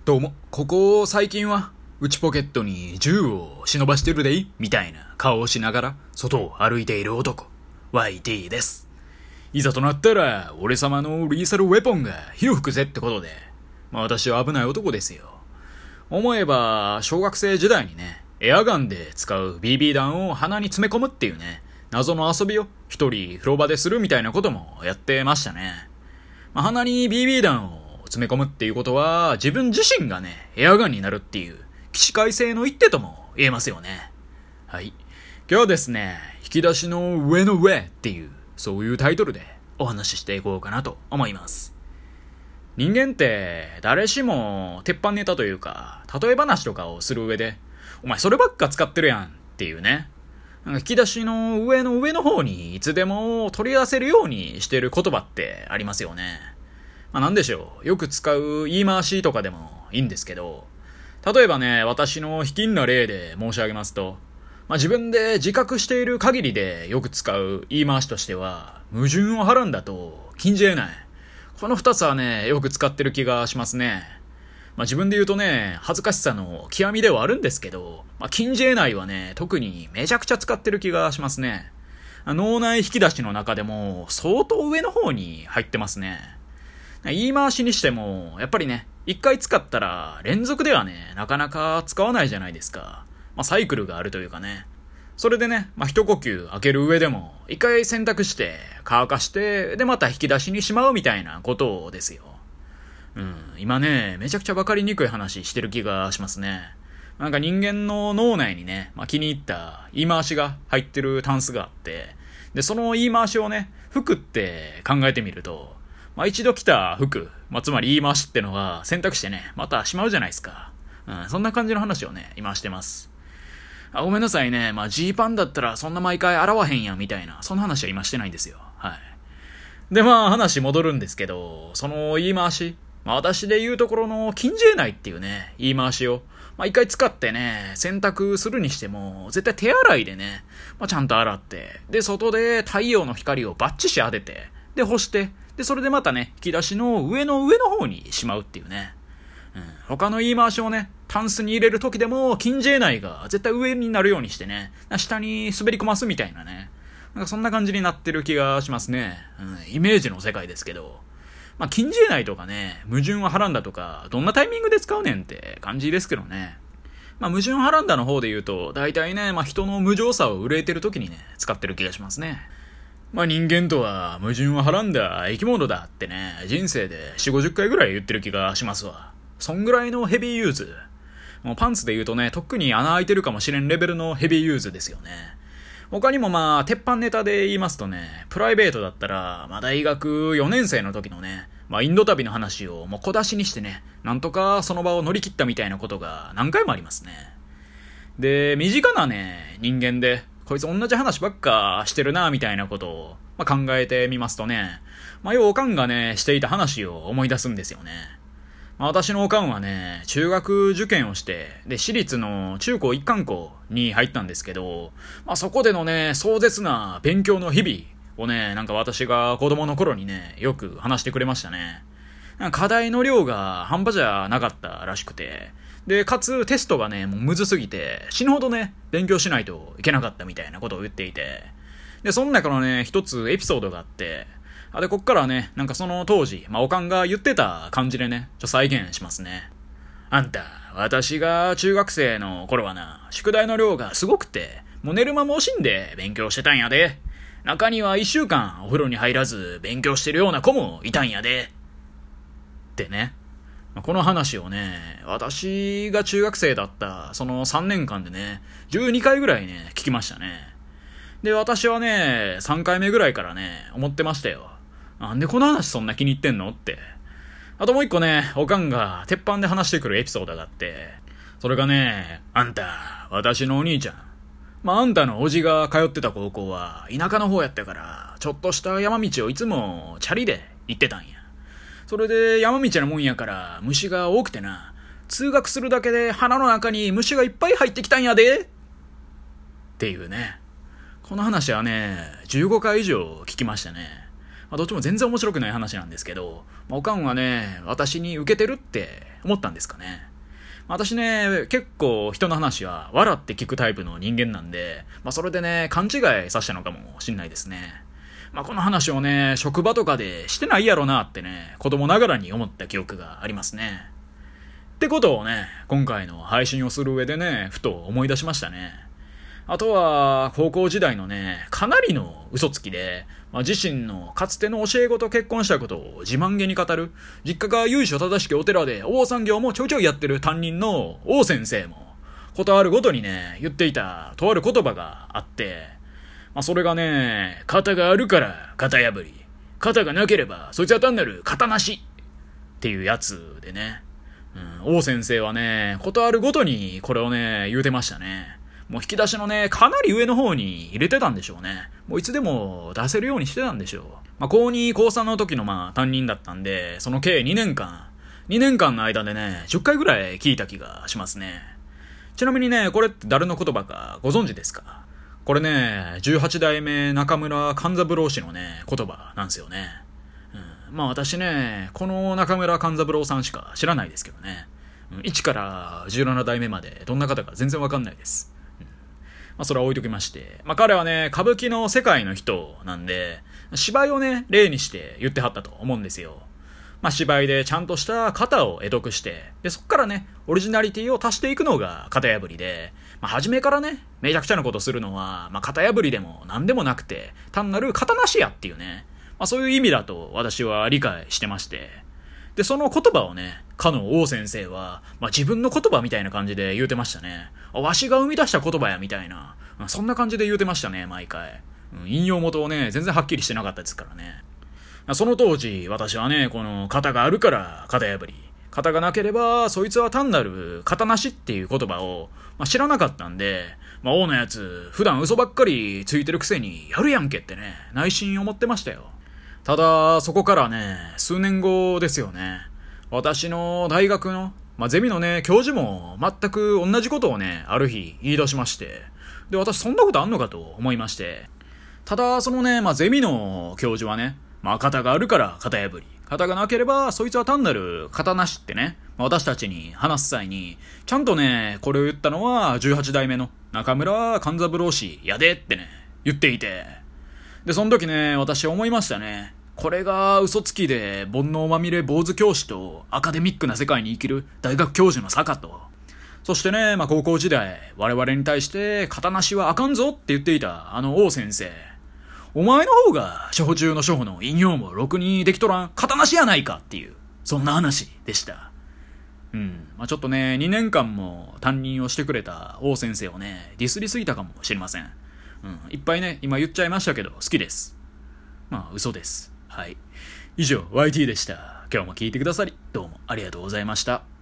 どうも、ここ最近は、内ポケットに銃を忍ばしてるでいみたいな顔をしながら、外を歩いている男、YT です。いざとなったら、俺様のリーサルウェポンが火を吹くぜってことで、私は危ない男ですよ。思えば、小学生時代にね、エアガンで使う BB 弾を鼻に詰め込むっていうね、謎の遊びを一人風呂場でするみたいなこともやってましたね。鼻に BB 弾を詰め込むっていうことは、自分自身がね、エアガンになるっていう、起死回生の一手とも言えますよね。はい。今日はですね、引き出しの上の上っていう、そういうタイトルでお話ししていこうかなと思います。人間って誰しも鉄板ネタというか、例え話とかをする上で、お前そればっか使ってるやんっていうね、引き出しの上の上の方にいつでも取り出せるようにしてる言葉ってありますよね。なんでしょう。よく使う言い回しとかでもいいんですけど、例えばね、私の卑近な例で申し上げますと、自分で自覚している限りでよく使う言い回しとしては、矛盾をはらんだと禁じ得ない。この二つはね、よく使ってる気がしますね。自分で言うとね、恥ずかしさの極みではあるんですけど、禁じ得ないはね、特にめちゃくちゃ使ってる気がしますね。脳内引き出しの中でも相当上の方に入ってますね。言い回しにしても、やっぱりね、一回使ったら連続ではね、なかなか使わないじゃないですか。サイクルがあるというかね。それでね、一呼吸開ける上でも、一回選択して、乾かして、でまた引き出しにしまうみたいなことですよ。今ね、めちゃくちゃわかりにくい話してる気がしますね。なんか人間の脳内にね、気に入った言い回しが入ってるタンスがあって、で、その言い回しをね、服って考えてみると、一度来た服、つまり言い回しってのが選択してね、またしまうじゃないですか。そんな感じの話をね、今してます。ごめんなさいね。ジーパンだったらそんな毎回洗わへんやんみたいな、そんな話は今してないんですよ。はい。で、話戻るんですけど、その言い回し、私で言うところの禁じ得ないっていうね、言い回しを、一回使ってね、洗濯するにしても、絶対手洗いでね、ちゃんと洗って、で、外で太陽の光をバッチシ当てて、で、干して、で、それでまたね、引き出しの上の上の方にしまうっていうね。他の言い回しをね、タンスに入れる時でも、禁じ得ないが絶対上になるようにしてね、下に滑り込ますみたいなね。なんかそんな感じになってる気がしますね。イメージの世界ですけど。禁じ得ないとかね、矛盾ははらんだとか、どんなタイミングで使うねんって感じですけどね。矛盾はらんだの方で言うと、大体ね、人の無情さを憂えてる時にね、使ってる気がしますね。人間とは矛盾をはらんだ生き物だってね、人生で4、50回ぐらい言ってる気がしますわ。そんぐらいのヘビーユーズ。もうパンツで言うとね、とっくに穴開いてるかもしれんレベルのヘビーユーズですよね。他にも鉄板ネタで言いますとね、プライベートだったら、大学4年生の時のね、インド旅の話をもう小出しにしてね、なんとかその場を乗り切ったみたいなことが何回もありますね。で、身近なね、人間で、こいつ同じ話ばっかしてるな、みたいなことを、考えてみますとね、ようおかんがね、していた話を思い出すんですよね。私のおかんはね、中学受験をして、で、私立の中高一貫校に入ったんですけど、そこでのね、壮絶な勉強の日々をね、なんか私が子供の頃にね、よく話してくれましたね。課題の量が半端じゃなかったらしくて、で、かつテストがね、もうむずすぎて、死ぬほどね、勉強しないといけなかったみたいなことを言っていて、で、その中のね、一つエピソードがあって、で、こっからね、なんかその当時、おかんが言ってた感じでね、再現しますね。あんた、私が中学生の頃はな、宿題の量がすごくて、もう寝る間も惜しんで勉強してたんやで。中には1週間お風呂に入らず勉強してるような子もいたんやで。ってね。この話をね、私が中学生だったその3年間でね、12回ぐらいね、聞きましたね。で、私はね、3回目ぐらいからね、思ってましたよ。なんでこの話そんな気に入ってんのって。あともう一個ね、おかんが鉄板で話してくるエピソードがあって、それがね、あんた、私のお兄ちゃん。あんたのおじが通ってた高校は田舎の方やったから、ちょっとした山道をいつもチャリで行ってたんや。それで山道のもんやから虫が多くてな、通学するだけで鼻の中に虫がいっぱい入ってきたんやでっていうね。この話はね、15回以上聞きましたね。 どっちも全然面白くない話なんですけど、おかんはね、私に受けてるって思ったんですかね。私ね、結構人の話は笑って聞くタイプの人間なんで、それでね、勘違いさせたのかもしんないですね。この話をね、職場とかでしてないやろなってね、子供ながらに思った記憶がありますね。ってことをね、今回の配信をする上でね、ふと思い出しましたね。あとは、高校時代のね、かなりの嘘つきで、自身のかつての教え子と結婚したことを自慢げに語る、実家が由緒正しきお寺で大産業もちょいちょいやってる担任の王先生も、ことあるごとにね、言っていたとある言葉があって、それがね、型があるから型破り、型がなければそいつは単なる型なしっていうやつでね、王先生はね、ことあるごとにこれをね、言うてましたね。もう引き出しのね、かなり上の方に入れてたんでしょうね。もういつでも出せるようにしてたんでしょう。高2、高3の時の担任だったんで、その計2年間の間でね、10回ぐらい聞いた気がしますね。ちなみにね、これって誰の言葉かご存知ですか？これね、18代目中村勘三郎氏のね、言葉なんですよね。私ね、この中村勘三郎さんしか知らないですけどね。1から17代目までどんな方か全然わかんないです。それは置いときまして。彼はね、歌舞伎の世界の人なんで、芝居をね、例にして言ってはったと思うんですよ。芝居でちゃんとした型を得得して、で、そっからね、オリジナリティを足していくのが型破りで、初めからね、めちゃくちゃなことするのは、型破りでも何でもなくて、単なる型なしやっていうね、そういう意味だと私は理解してまして、で、その言葉をね、かの王先生は、自分の言葉みたいな感じで言うてましたね。わしが生み出した言葉や、みたいな。そんな感じで言うてましたね、毎回。引用元をね、全然はっきりしてなかったですからね。その当時、私はね、この型があるから型破り。型がなければ、そいつは単なる型なしっていう言葉を、知らなかったんで、王のやつ、普段嘘ばっかりついてるくせにやるやんけってね、内心思ってましたよ。ただ、そこからね、数年後ですよね。私の大学の、ゼミのね、教授も全く同じことをね、ある日言い出しまして。で、私そんなことあんのかと思いまして。ただ、そのね、ゼミの教授はね、型があるから型破り。型がなければ、そいつは単なる型なしってね、私たちに話す際に、ちゃんとね、これを言ったのは18代目の中村勘三郎氏やでってね、言っていて。で、その時ね、私思いましたね。これが嘘つきで煩悩まみれ坊主教師とアカデミックな世界に生きる大学教授の差かと。そしてね、高校時代、我々に対して型なしはあかんぞって言っていたあの王先生。お前の方が処方中の処方の引用もろくにできとらん型なしやないかっていう、そんな話でした。ちょっとね、2年間も担任をしてくれた王先生をね、ディスりすぎたかもしれません。いっぱいね、今言っちゃいましたけど、好きです。嘘です。はい。以上、YT でした。今日も聞いてくださり、どうもありがとうございました。